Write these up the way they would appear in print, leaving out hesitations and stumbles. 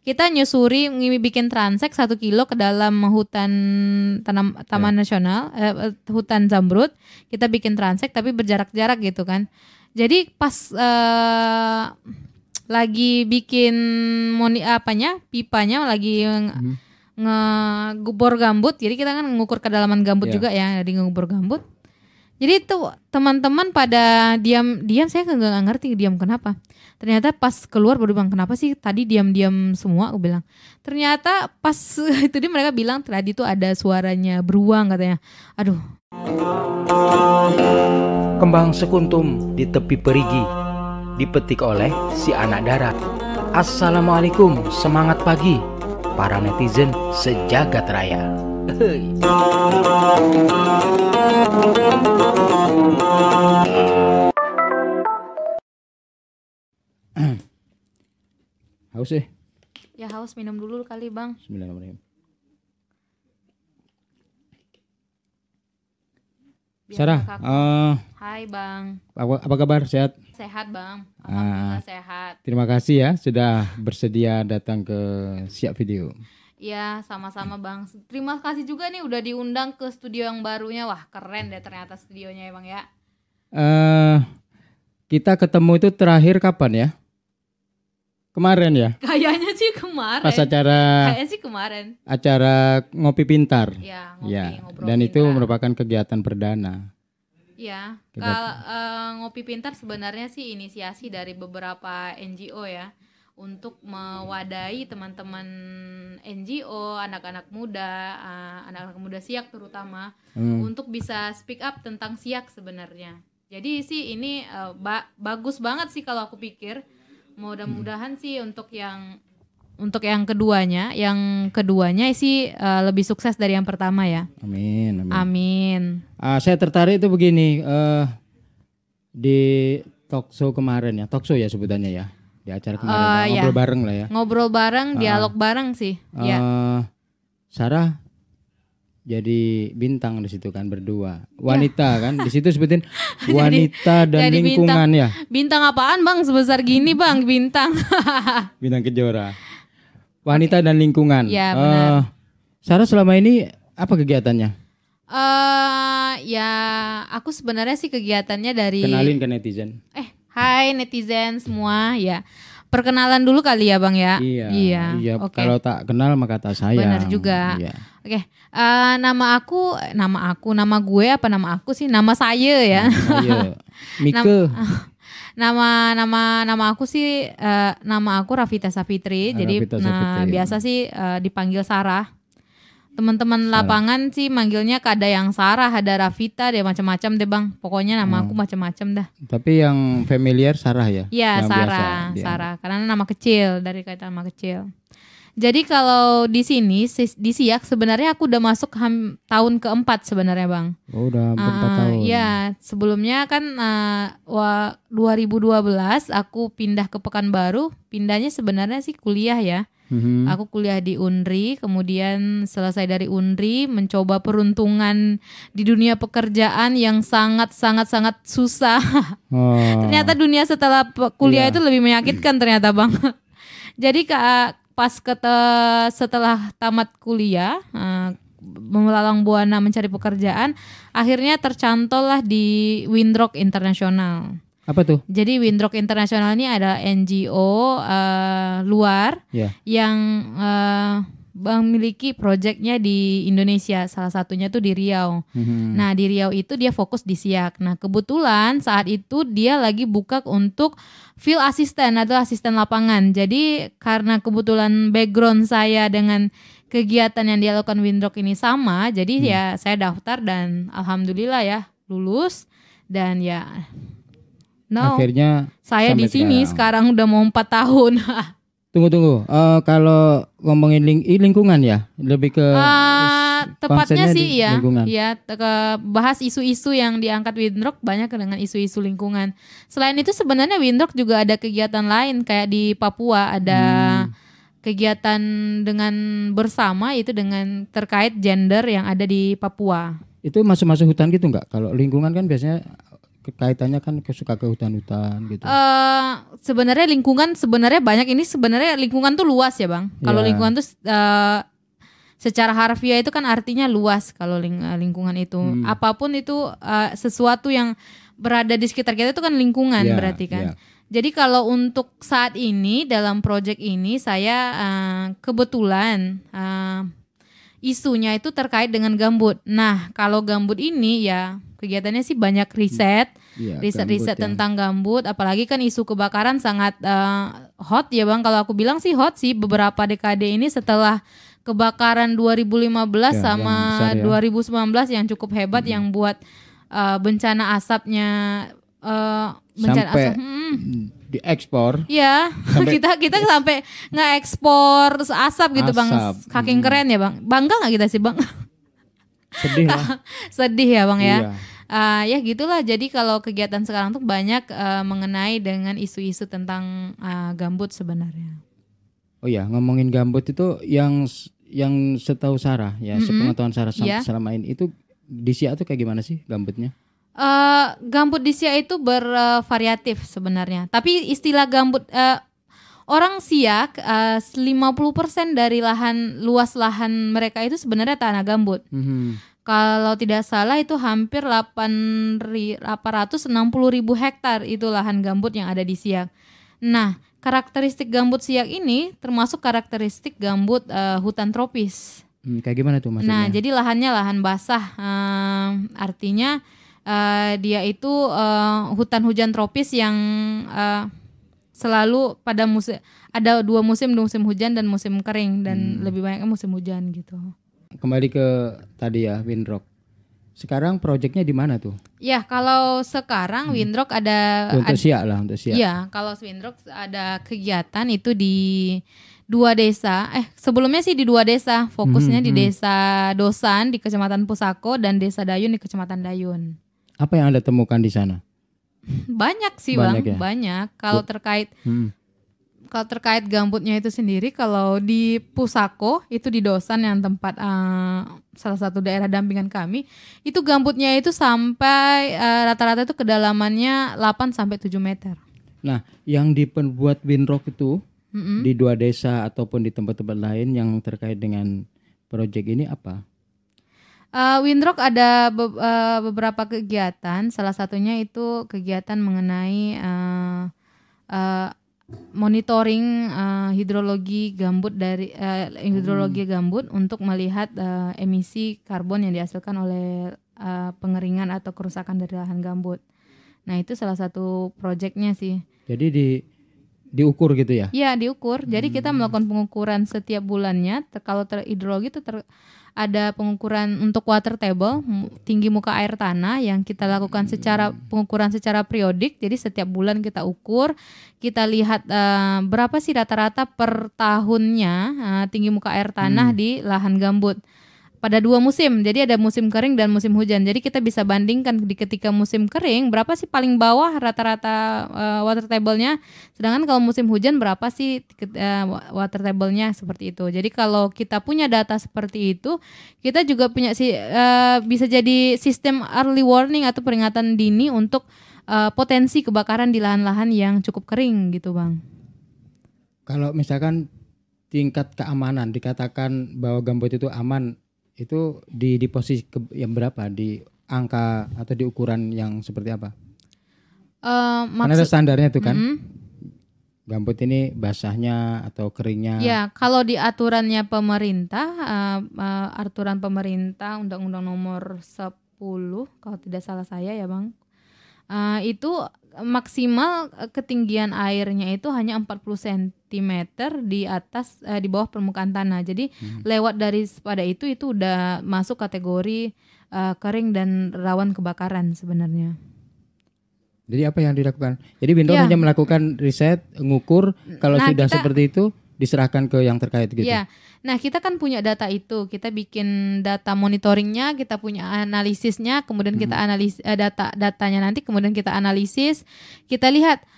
kita nyusuri bikin transek 1 kilo ke dalam hutan taman nasional, hutan Zamrud. Kita bikin transek tapi berjarak-jarak gitu kan. Jadi pas lagi bikin pipanya lagi ngegubur gambut. Jadi kita kan ngukur kedalaman gambut juga ya, di ngegubur gambut. Jadi itu teman-teman pada diam, saya nggak ngerti diam kenapa. Ternyata pas keluar baru bilang, kenapa sih tadi diam-diam semua, aku bilang. Ternyata pas itu dia mereka bilang tadi tuh ada suaranya beruang katanya. Aduh. Kembang sekuntum di tepi perigi, dipetik oleh si anak darat. Assalamualaikum, semangat pagi para netizen sejagat raya. Haus sih? Ya haus, minum dulu kali Bang. Bismillahirrahmanirrahim. Sarah, hai Bang. Apa kabar? Sehat? Sehat Bang. Alhamdulillah sehat. Terima kasih ya sudah bersedia datang ke Siap Video. Iya, sama-sama Bang. Terima kasih juga nih udah diundang ke studio yang barunya. Wah, keren deh ternyata studionya ya Bang ya. Kita ketemu itu terakhir kapan ya? Kemarin ya? Kayaknya sih kemarin. Pas Kayaknya sih kemarin. Acara Ngopi Pintar. Iya, ngobrol dan pintar. Itu merupakan kegiatan perdana. Iya, kalau Ngopi Pintar sebenarnya sih inisiasi dari beberapa NGO ya. Untuk mewadahi teman-teman NGO, anak-anak muda Siak terutama untuk bisa speak up tentang Siak sebenarnya. Jadi sih ini bagus banget sih kalau aku pikir. Mudah-mudahan sih untuk yang keduanya sih lebih sukses dari yang pertama ya. Amin. Saya tertarik itu begini, di talkshow kemarin ya, talkshow ya sebutannya ya. Di acara kemarin ngobrol bareng lah ya. Ngobrol bareng, dialog bareng sih. Sarah jadi bintang di situ kan berdua. Wanita kan di situ sebutin wanita dan lingkungan ya. Bintang apaan Bang? Sebesar gini Bang bintang. Bintang Kejora. Wanita dan lingkungan. Ya benar. Sarah selama ini apa kegiatannya? Ya aku sebenarnya sih kegiatannya dari. Kenalin ke netizen. Hai netizen semua ya. Perkenalan dulu kali ya Bang ya. Iya. Okay. Kalau tak kenal maka tak sayang. Benar juga. Iya. Oke. Nama gue apa nama aku sih? Nama saya ya. Mike. Nama aku sih nama aku Rafita Safitri. Jadi biasa sih dipanggil Sarah. Teman-teman lapangan sih manggilnya ada yang Sarah, ada Rafita, dia macam-macam deh Bang. Pokoknya nama aku macam-macam dah. Tapi yang familiar Sarah ya? Iya, Sarah. Karena nama kecil, dari kata nama kecil. Jadi kalau di sini di Siak sebenarnya aku udah masuk tahun keempat sebenarnya Bang. Oh, udah 4 tahun. Iya, sebelumnya kan 2012 aku pindah ke Pekanbaru. Pindahnya sebenarnya sih kuliah ya. Aku kuliah di Unri, kemudian selesai dari Unri mencoba peruntungan di dunia pekerjaan yang sangat susah. Ternyata dunia setelah kuliah itu lebih menyakitkan ternyata Bang. Jadi setelah tamat kuliah melalang buana mencari pekerjaan, akhirnya tercantollah di Windrock International. Apa tuh? Jadi Windrock International ini adalah NGO luar yang memiliki proyeknya di Indonesia. Salah satunya tuh di Riau. Nah di Riau itu dia fokus di Siak. Nah kebetulan saat itu dia lagi buka untuk field assistant atau asisten lapangan. Jadi karena kebetulan background saya dengan kegiatan yang dilakukan Windrock ini sama, jadi ya saya daftar dan alhamdulillah ya lulus dan ya. Akhirnya saya di sini sekarang udah mau 4 tahun. Tunggu. Kalau ngomongin lingkungan ya, lebih ke tepatnya sih ya. Lingkungan. Ya, bahas isu-isu yang diangkat Windrock banyak dengan isu-isu lingkungan. Selain itu sebenarnya Windrock juga ada kegiatan lain kayak di Papua ada kegiatan dengan bersama itu dengan terkait gender yang ada di Papua. Itu masuk hutan gitu nggak? Kalau lingkungan kan biasanya kaitannya kan suka ke hutan-hutan gitu. Sebenarnya lingkungan sebenarnya banyak, ini sebenarnya lingkungan tuh luas ya Bang. Kalau lingkungan tuh secara harfiah itu kan artinya luas kalau lingkungan itu. Apapun itu sesuatu yang berada di sekitar kita itu kan lingkungan berarti kan. Jadi kalau untuk saat ini dalam proyek ini saya kebetulan isunya itu terkait dengan gambut. Nah, kalau gambut ini ya kegiatannya sih banyak riset tentang gambut. Apalagi kan isu kebakaran sangat hot ya Bang. Kalau aku bilang sih hot sih beberapa dekade ini setelah kebakaran 2015 sama 2019 yang cukup hebat yang buat bencana asapnya bencana sampai asap diekspor. Iya, kita sampai nge-ekspor asap gitu Bang. Saking keren ya Bang. Bangga nggak kita sih Bang? Sedih lah. Sedih ya Bang ya. Iya. Ya gitulah. Jadi kalau kegiatan sekarang tuh banyak mengenai dengan isu-isu tentang gambut sebenarnya. Oh ya, ngomongin gambut itu yang setahu Sarah ya, sepengetahuan Sarah selama ini itu di Siak tuh kayak gimana sih gambutnya? Gambut di Siak itu bervariatif sebenarnya. Tapi istilah gambut orang Siak 50% dari luas lahan mereka itu sebenarnya tanah gambut. Kalau tidak salah itu hampir 860.000 hektar itu lahan gambut yang ada di Siak. Nah, karakteristik gambut Siak ini termasuk karakteristik gambut hutan tropis. Kayak gimana tuh maksudnya? Nah, jadi lahannya lahan basah, artinya dia itu hutan hujan tropis yang selalu pada ada dua musim hujan dan musim kering dan lebih banyaknya musim hujan gitu. Kembali ke tadi ya Windrock. Sekarang proyeknya di mana tuh? Ya, kalau sekarang Windrock ada untuk Siak. Iya, kalau Windrock ada kegiatan itu di 2 desa. Sebelumnya sih di 2 desa. Fokusnya di Desa Dosan di Kecamatan Pusako dan Desa Dayun di Kecamatan Dayun. Apa yang Anda temukan di sana? Banyak sih Bang, banyak. Kalau terkait gambutnya itu sendiri, kalau di Pusako itu di Dosan yang tempat salah satu daerah dampingan kami, itu gambutnya itu sampai rata-rata itu kedalamannya 8 sampai 7 meter. Nah, yang dibuat Windrock itu di 2 desa ataupun di tempat-tempat lain yang terkait dengan proyek ini apa? Windrock ada beberapa kegiatan, salah satunya itu kegiatan mengenai monitoring hidrologi gambut untuk melihat emisi karbon yang dihasilkan oleh pengeringan atau kerusakan dari lahan gambut. Nah, itu salah satu proyeknya sih. Jadi diukur gitu ya? Iya, diukur. Jadi kita melakukan pengukuran setiap bulannya. Kalau hidrologi itu ada pengukuran untuk water table, tinggi muka air tanah yang kita lakukan pengukuran secara periodik. Jadi setiap bulan kita ukur, kita lihat berapa sih rata-rata per tahunnya tinggi muka air tanah di lahan gambut. Pada 2 musim, jadi ada musim kering dan musim hujan. Jadi kita bisa bandingkan di ketika musim kering berapa sih paling bawah rata-rata water table-nya, sedangkan kalau musim hujan berapa sih water table-nya, seperti itu. Jadi kalau kita punya data seperti itu, kita juga punya bisa jadi sistem early warning atau peringatan dini untuk potensi kebakaran di lahan-lahan yang cukup kering gitu Bang. Kalau misalkan tingkat keamanan dikatakan bahwa gambut itu aman, itu di posisi yang berapa, di angka atau di ukuran yang seperti apa? Karena ada standarnya tuh kan. Gambut ini basahnya atau keringnya. Ya, kalau di aturannya pemerintah, aturan pemerintah Undang-Undang Nomor 10 kalau tidak salah saya ya Bang, itu maksimal ketinggian airnya itu hanya 40 cm di bawah permukaan tanah. Jadi lewat dari pada itu udah masuk kategori kering dan rawan kebakaran sebenarnya. Jadi apa yang dilakukan? Jadi Windrock hanya melakukan riset, ngukur, kalau sudah seperti itu diserahkan ke yang terkait gitu. Iya. Nah, kita kan punya data itu. Kita bikin data monitoringnya, kita punya analisisnya, kemudian kita datanya nanti kemudian kita analisis. Kita lihat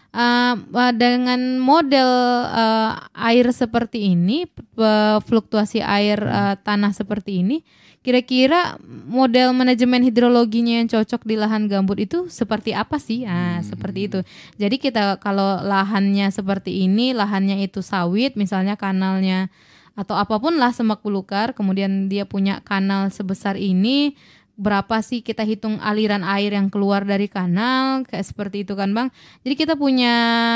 Dengan model air seperti ini, fluktuasi air tanah seperti ini, kira-kira model manajemen hidrologinya yang cocok di lahan gambut itu seperti apa sih? Seperti itu. Jadi kita kalau lahannya seperti ini, lahannya itu sawit, misalnya kanalnya atau apapun lah semak belukar, kemudian dia punya kanal sebesar ini, berapa sih kita hitung aliran air yang keluar dari kanal, kayak seperti itu kan Bang. Jadi kita punya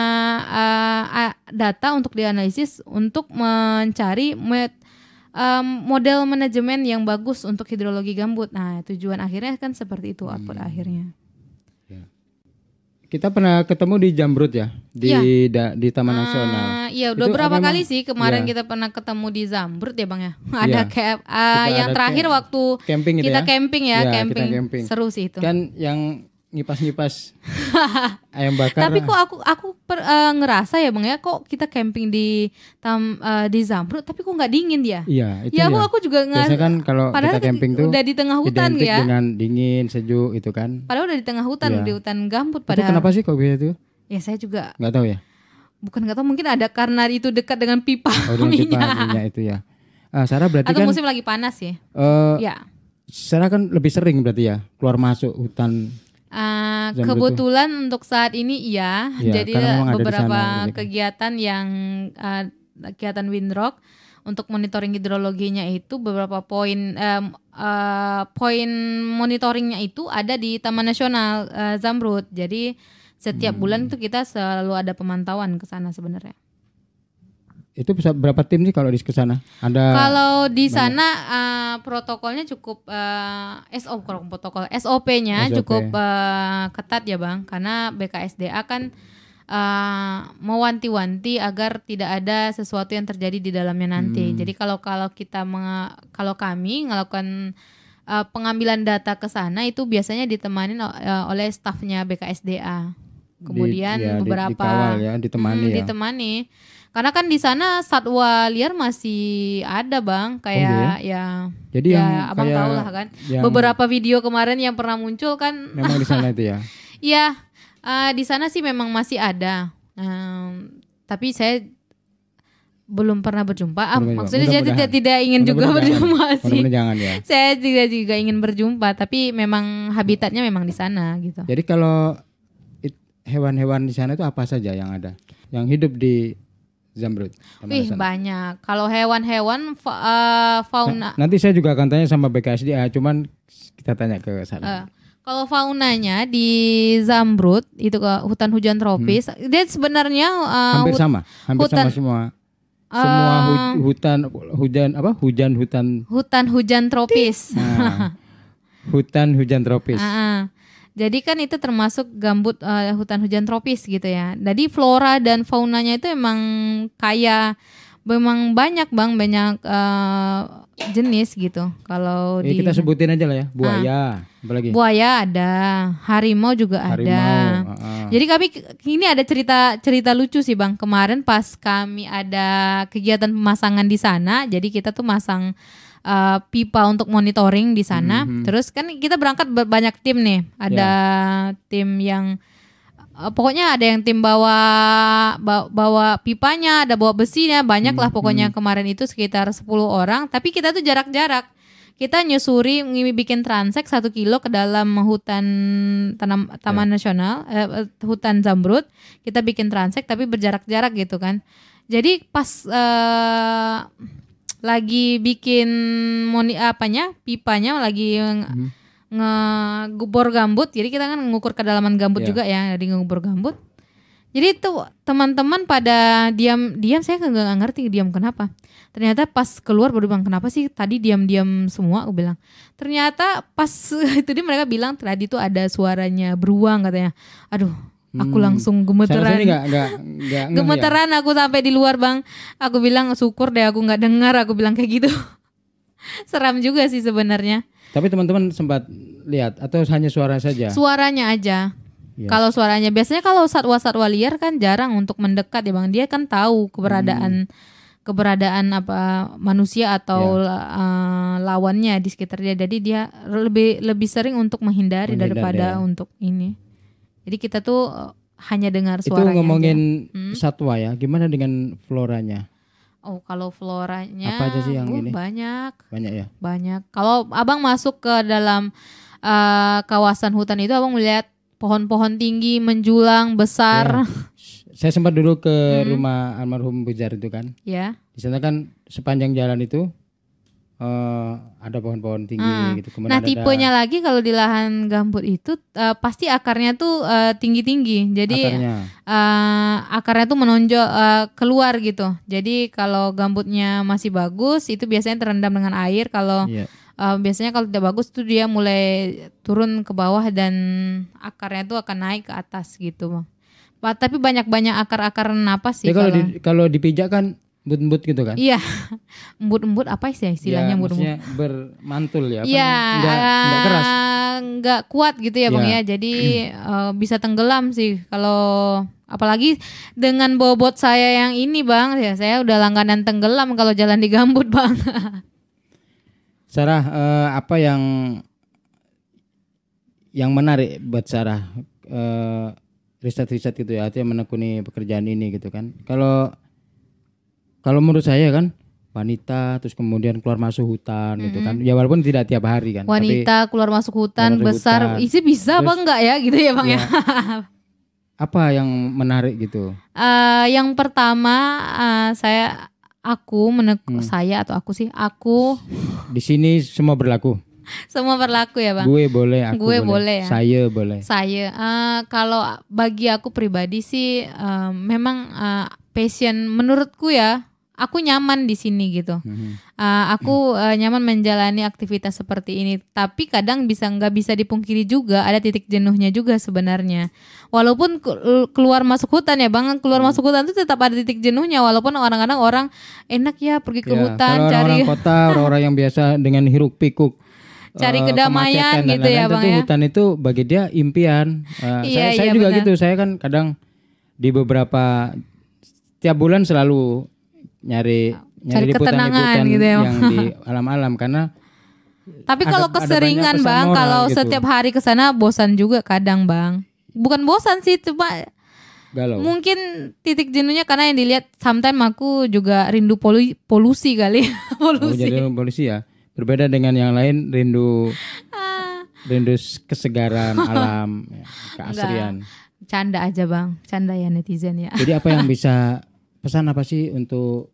data untuk dianalisis untuk mencari model manajemen yang bagus untuk hidrologi gambut. Nah, tujuan akhirnya kan seperti itu output akhirnya. Kita pernah ketemu di Zamrud ya, di Taman Nasional. Iya, udah berapa kali sih kemarin kita pernah ketemu di Zamrud ya Bang ya. Ada kayak yang terakhir waktu camping kita camping ya, camping. seru sih itu. Kan yang ngipas-ngipas ayam bakar. Tapi kok aku ngerasa ya Bang ya, kok kita camping di Zamrud tapi kok nggak dingin dia? Iya, itu ya. Aku juga biasanya kan kalau kita camping tuh udah di tengah hutan identik ya. dengan dingin, sejuk itu kan. Padahal udah di tengah hutan, di hutan gambut padahal. Itu kenapa sih kok bisa itu? Ya saya juga nggak tahu ya. Bukan nggak tahu, mungkin ada karena itu dekat dengan pipa minyak. Minyak itu ya. Sarah berarti atau kan musim lagi panas ya. Ya. Sarah kan lebih sering berarti ya keluar masuk hutan. Kebetulan untuk saat ini iya, jadi beberapa kegiatan yang kegiatan Windrock untuk monitoring hidrologinya itu beberapa poin monitoringnya itu ada di Taman Nasional Zamrud. Jadi setiap bulan itu kita selalu ada pemantauan ke sana sebenarnya. Itu bisa berapa tim sih kalau di kesana? Kalau di sana protokolnya cukup SOP-nya cukup ketat ya Bang, karena BKSDA kan mewanti-wanti agar tidak ada sesuatu yang terjadi di dalamnya nanti. Jadi kalau kami melakukan pengambilan data ke sana itu biasanya ditemani oleh stafnya BKSDA. Kemudian beberapa dikawal ya, ditemani. Karena kan di sana satwa liar masih ada Bang, kayak Jadi ya Abang tahu lah kan. Beberapa video kemarin yang pernah muncul kan. Memang di sana itu ya. Iya, di sana sih memang masih ada. Tapi saya belum pernah berjumpa. Maksudnya saya tidak ingin juga berjumpa sih. Jangan ya. Saya tidak juga ingin berjumpa, tapi memang habitatnya memang di sana gitu. Jadi kalau hewan-hewan di sana itu apa saja yang ada? Yang hidup di Zamrud? Banyak. Kalau hewan-hewan fauna. Nanti saya juga akan tanya sama BKSDA, cuman kita tanya ke sana. Kalau faunanya di Zamrud itu ke hutan hujan tropis, dia sebenarnya hampir sama semua. Semua hutan hujan tropis. Hutan hujan tropis. Jadi kan itu termasuk gambut hutan hujan tropis gitu ya. Jadi flora dan faunanya itu emang kaya, memang banyak Bang, banyak jenis gitu. Kalau kita sebutin aja lah ya, buaya, apalagi? Buaya ada, harimau juga ada. Jadi ini ada cerita lucu sih Bang. Kemarin pas kami ada kegiatan pemasangan di sana, jadi kita tuh masang pipa untuk monitoring di sana. Terus kan kita berangkat banyak tim nih. Ada tim yang pokoknya ada yang tim bawa pipanya, ada bawa besinya, banyak lah pokoknya. Kemarin itu sekitar 10 orang. Tapi kita tuh jarak-jarak. Kita nyusuri, bikin transek 1 kilo ke dalam hutan Taman Nasional, hutan Zamrud. Kita bikin transek tapi berjarak-jarak gitu kan. Jadi pas lagi bikin pipanya lagi ngebor gambut. Jadi kita kan ngukur kedalaman gambut juga ya, dari ngebor gambut. Jadi itu teman-teman pada diam, saya nggak ngerti diam kenapa. Ternyata pas keluar baru bilang, kenapa sih tadi diam-diam semua, aku bilang. Ternyata pas itu mereka bilang tadi tuh ada suaranya beruang katanya. Aduh, aku langsung gemeteran. Gemeteran ya? Aku sampai di luar Bang. Aku bilang syukur deh aku nggak dengar. Aku bilang kayak gitu. Seram juga sih sebenarnya. Tapi teman-teman sempat lihat atau hanya suara saja? Suaranya aja. Yes. Kalau suaranya, biasanya kalau satwa-satwa liar kan jarang untuk mendekat ya Bang. Dia kan tahu keberadaan apa manusia atau lawannya di sekitar dia. Jadi dia lebih sering untuk menghindari daripada untuk ini. Jadi kita tuh hanya dengar Itu suaranya ngomongin aja. satwa ya. Gimana dengan floranya? Oh, kalau floranya Apa aja sih yang ini? banyak. Banyak ya. Banyak. Kalau abang masuk ke dalam kawasan hutan itu, abang melihat pohon-pohon tinggi menjulang besar. Saya sempat dulu ke rumah almarhum Bujar itu kan. Ya. Di sana kan sepanjang jalan itu ada pohon-pohon tinggi gitu. Kemudian Nah, ada tipenya lagi kalau di lahan gambut itu pasti akarnya tuh tinggi-tinggi. Jadi akarnya. akarnya tuh menonjol keluar gitu. Jadi kalau gambutnya masih bagus itu biasanya terendam dengan air. Kalau Iya. biasanya kalau tidak bagus tuh dia mulai turun ke bawah dan akarnya tuh akan naik ke atas gitu, Bang. Tapi banyak-banyak akar-akar napas sih. Ya kalau dipijak kan embut-embut gitu kan? Iya, embut-embut apa sih istilahnya Ya, embut-embut? maksudnya bermantul ya? Iya, Enggak keras. Nggak kuat gitu ya Bang Ya. ya. Jadi bisa tenggelam sih kalau apalagi dengan bobot saya yang ini Bang. Ya, saya udah langganan tenggelam kalau jalan di gambut Bang. Sarah, apa yang menarik buat Sarah riset-riset gitu ya, artinya menekuni pekerjaan ini gitu kan? Kalau menurut saya kan wanita terus kemudian keluar masuk hutan gitu kan, ya walaupun tidak tiap hari kan. Wanita keluar masuk hutan keluar masuk besar, hutan. isi bisa Terus, apa enggak ya gitu ya Bang ya? Apa yang menarik gitu? Yang pertama aku Di sini semua berlaku. semua berlaku ya Bang. Gue boleh, aku Gue boleh ya. Saya boleh. Saya kalau bagi aku pribadi sih memang passion menurutku ya, aku nyaman di sini gitu. Aku nyaman menjalani aktivitas seperti ini. Tapi kadang nggak bisa dipungkiri juga ada titik jenuhnya juga sebenarnya. Walaupun keluar masuk hutan ya Bang, keluar masuk hutan itu tetap ada titik jenuhnya. Walaupun kadang-kadang orang enak ya pergi ke hutan kalau cari orang kota, orang-orang yang biasa dengan hiruk pikuk cari kedamaian kemacetan dan gitu ya lain-lain, Bang tentu ya. hutan itu bagi dia impian. Saya juga benar. gitu. Saya kan kadang di beberapa tiap bulan selalu nyari ketenangan liputan gitu ya, yang di alam-alam karena Tapi ada kalau banyak keseringan pesan Bang, moral kalau gitu. setiap hari ke sana bosan juga kadang Bang. Bukan bosan sih, cuma galau. mungkin titik jenuhnya karena yang dilihat sometimes aku juga rindu polusi kali. Polusi. Jadi polisi ya. Berbeda dengan yang lain rindu kesegaran alam, ya, keasrian. Canda aja Bang, canda ya netizen ya. Jadi apa yang bisa pesan apa sih untuk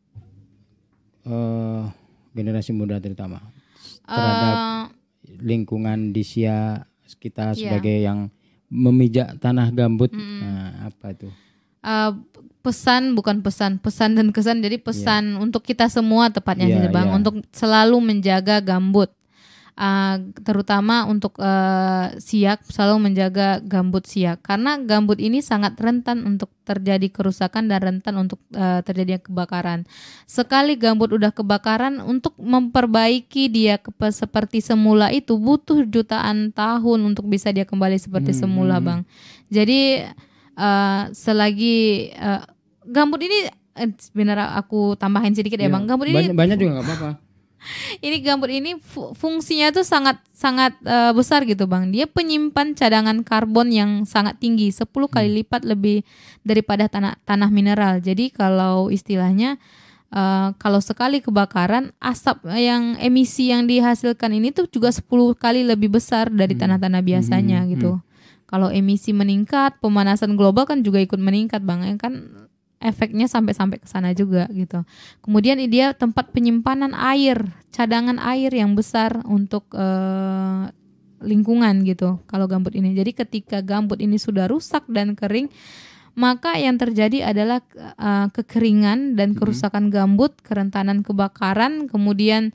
generasi muda terutama terhadap lingkungan di Sia kita sebagai yang memijak tanah gambut, nah, apa itu? Pesan dan kesan. Jadi pesan untuk kita semua tepatnya sih Bang, untuk selalu menjaga gambut. Terutama untuk siak, selalu menjaga gambut siak karena gambut ini sangat rentan untuk terjadi kerusakan dan rentan untuk terjadinya kebakaran. Sekali gambut udah kebakaran, untuk memperbaiki dia seperti semula itu butuh jutaan tahun untuk bisa dia kembali seperti semula Bang. Jadi selagi gambut ini benar aku tambahin sedikit ya Bang. Gambut ini banyak juga nggak apa-apa. Ini gambut ini fungsinya tuh sangat besar gitu Bang. Dia penyimpan cadangan karbon yang sangat tinggi, 10 kali lipat lebih daripada tanah mineral. Jadi kalau istilahnya kalau sekali kebakaran, asap yang emisi yang dihasilkan ini tuh juga 10 kali lebih besar dari tanah-tanah biasanya gitu. Kalau emisi meningkat, pemanasan global kan juga ikut meningkat Bang. Kan efeknya sampai ke sana juga gitu. Kemudian dia tempat penyimpanan air, cadangan air yang besar untuk lingkungan gitu. Kalau gambut ini. Jadi ketika gambut ini sudah rusak dan kering, maka yang terjadi adalah kekeringan dan kerusakan gambut, kerentanan kebakaran, kemudian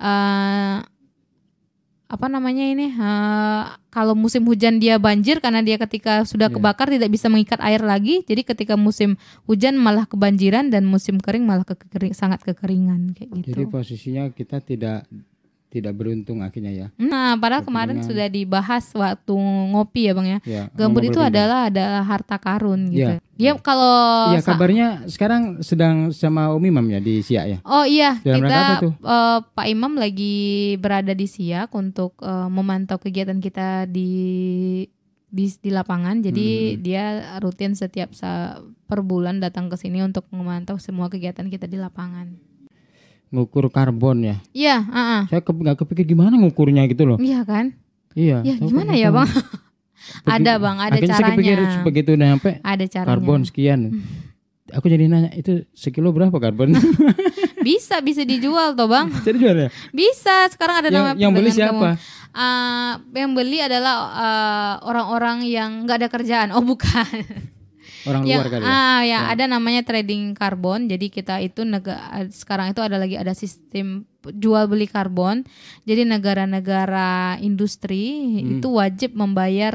kalau musim hujan dia banjir karena dia ketika sudah kebakar tidak bisa mengikat air lagi. Jadi ketika musim hujan malah kebanjiran dan musim kering malah sangat kekeringan kayak gitu. Jadi posisinya kita tidak beruntung akhirnya ya. Nah, padahal kemarin sudah dibahas waktu ngopi ya Bang ya. Gambut itu adalah harta karun gitu. Dia kalau kabarnya sekarang sedang sama Om Imam ya di Siak ya. Oh iya, dalam rangka apa tuh? Pak Imam lagi berada di Siak untuk memantau kegiatan kita di di lapangan. Jadi dia rutin setiap per bulan datang ke sini untuk memantau semua kegiatan kita di lapangan. Ngukur karbon ya? Iya. Saya nggak kepikir gimana ngukurnya gitu loh. Iya kan? Iya. Ya gimana ya bang? Ada bang, ada akhirnya caranya. Saya kepikir begitu nyampe. Ada caranya. Karbon sekian. Aku jadi nanya itu sekilo berapa karbon? Bisa dijual toh bang. Bisa dijual ya? Bisa. Sekarang ada nama yang beli siapa? Yang beli adalah orang-orang yang nggak ada kerjaan. Oh bukan. Orang luar kali ya? Ya ada namanya trading karbon. Jadi kita itu sekarang itu ada sistem jual beli karbon. Jadi negara-negara industri itu wajib membayar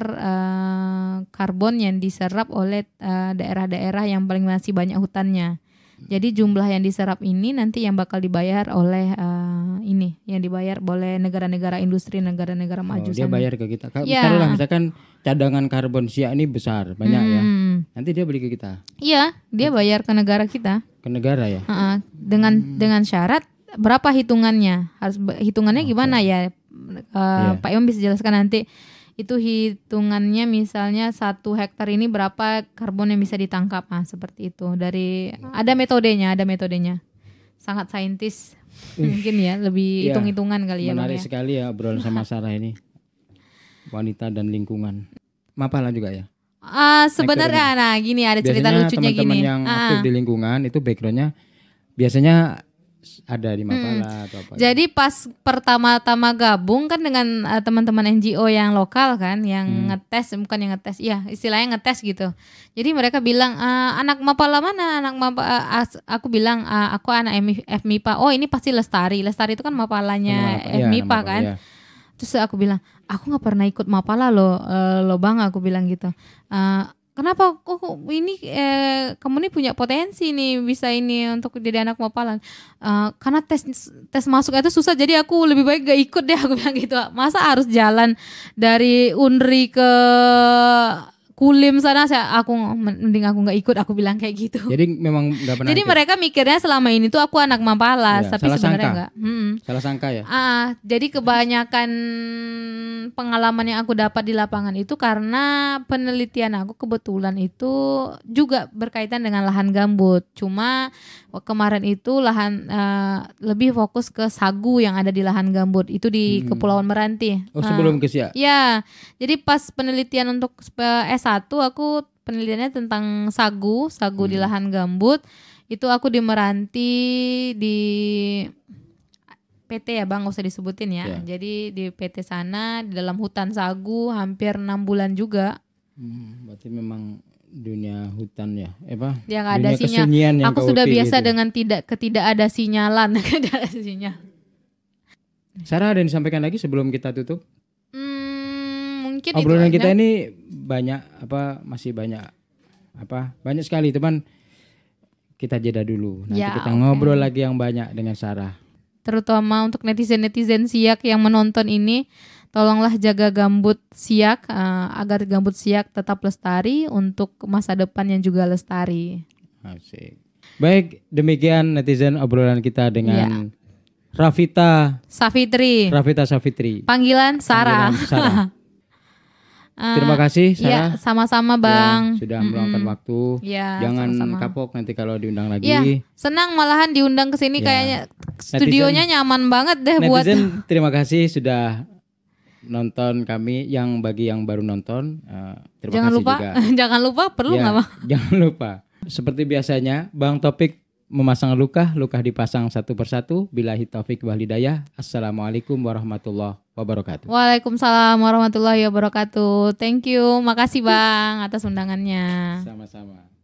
karbon yang diserap oleh daerah-daerah yang paling masih banyak hutannya. Jadi jumlah yang diserap ini nanti yang bakal dibayar oleh yang dibayar oleh negara-negara industri, negara-negara maju dia sana. bayar ke kita. Taruhlah misalkan cadangan karbon Siak ini besar, banyak ya. Nanti dia beli ke kita. Iya, dia bayar ke negara kita. Ke negara ya. Dengan syarat berapa hitungannya? Harus hitungannya gimana ya? Pak Imam bisa jelaskan nanti. Itu hitungannya misalnya 1 hektar ini berapa karbon yang bisa ditangkap, seperti itu. Ada metodenya. Sangat saintis mungkin ya, lebih hitung-hitungan kali ya. Menarik Bang, ya. sekali ya obrolan sama Sarah ini. Wanita dan lingkungan. Mapala juga ya? Sebenarnya gini ada cerita biasanya lucunya teman-teman gini. yang aktif di lingkungan itu backgroundnya biasanya ada di Mapala atau apa. Jadi pas pertama-tama gabung kan dengan teman-teman NGO yang lokal kan, yang ngetes, bukan yang ngetes, istilahnya ngetes gitu. Jadi mereka bilang anak Mapala mana? Aku bilang aku anak FMIPA. Oh ini pasti Lestari. Lestari itu kan Mapalanya FMIPA kan. Iya. Terus aku bilang aku nggak pernah ikut Mapala loh bang, aku bilang gitu. Kenapa kok ini kamu nih punya potensi nih bisa ini untuk jadi anak Mapala? Karena tes masuknya itu susah, jadi aku lebih baik gak ikut deh, aku bilang gitu. Masa harus jalan dari Unri ke Kulim sana, mending aku nggak ikut, aku bilang kayak gitu. Jadi memang nggak pernah. Jadi mereka mikirnya selama ini tuh aku anak Mapala, tapi sebenarnya enggak. Salah sangka ya. Jadi kebanyakan pengalaman yang aku dapat di lapangan itu karena penelitian aku kebetulan itu juga berkaitan dengan lahan gambut. Cuma kemarin itu lahan lebih fokus ke sagu yang ada di lahan gambut itu di Kepulauan Meranti. Oh sebelum ke Siak. Ya, jadi pas penelitian untuk S1 aku penelitiannya tentang sagu di lahan gambut. Itu aku di Meranti di PT ya bang, gak usah disebutin ya. Jadi di PT sana di dalam hutan sagu hampir 6 bulan juga. Berarti memang dunia hutan ya, yang ada sinyal. Aku sudah biasa gitu. Dengan tidak ada sinyalan. Sarah, ada yang disampaikan lagi sebelum kita tutup? Mungkin obrolan kita ini masih banyak sekali teman. Kita jeda dulu. Nanti kita ngobrol lagi yang banyak dengan Sarah. Terutama untuk netizen Siak yang menonton ini, tolonglah jaga gambut Siak agar gambut Siak tetap lestari untuk masa depan yang juga lestari. Asik. Baik, demikian netizen obrolan kita dengan Rafita Safitri. Panggilan Sarah. Terima kasih Sarah. Sama-sama bang. Sudah meluangkan waktu. Jangan sama-sama. Kapok nanti kalau diundang lagi. Senang malahan diundang ke sini, kayaknya studionya nyaman banget deh buat. Netizen, terima kasih sudah nonton kami. Bagi yang baru nonton, terima kasih juga. Jangan lupa perlu nggak bang? Jangan lupa. Seperti biasanya, Bang Topik memasang luka dipasang satu persatu. Billahi taufik wal hidayah. Assalamualaikum warahmatullahi wabarakatuh. Waalaikumsalam warahmatullahi wabarakatuh. Thank you, makasih bang atas undangannya. Sama-sama.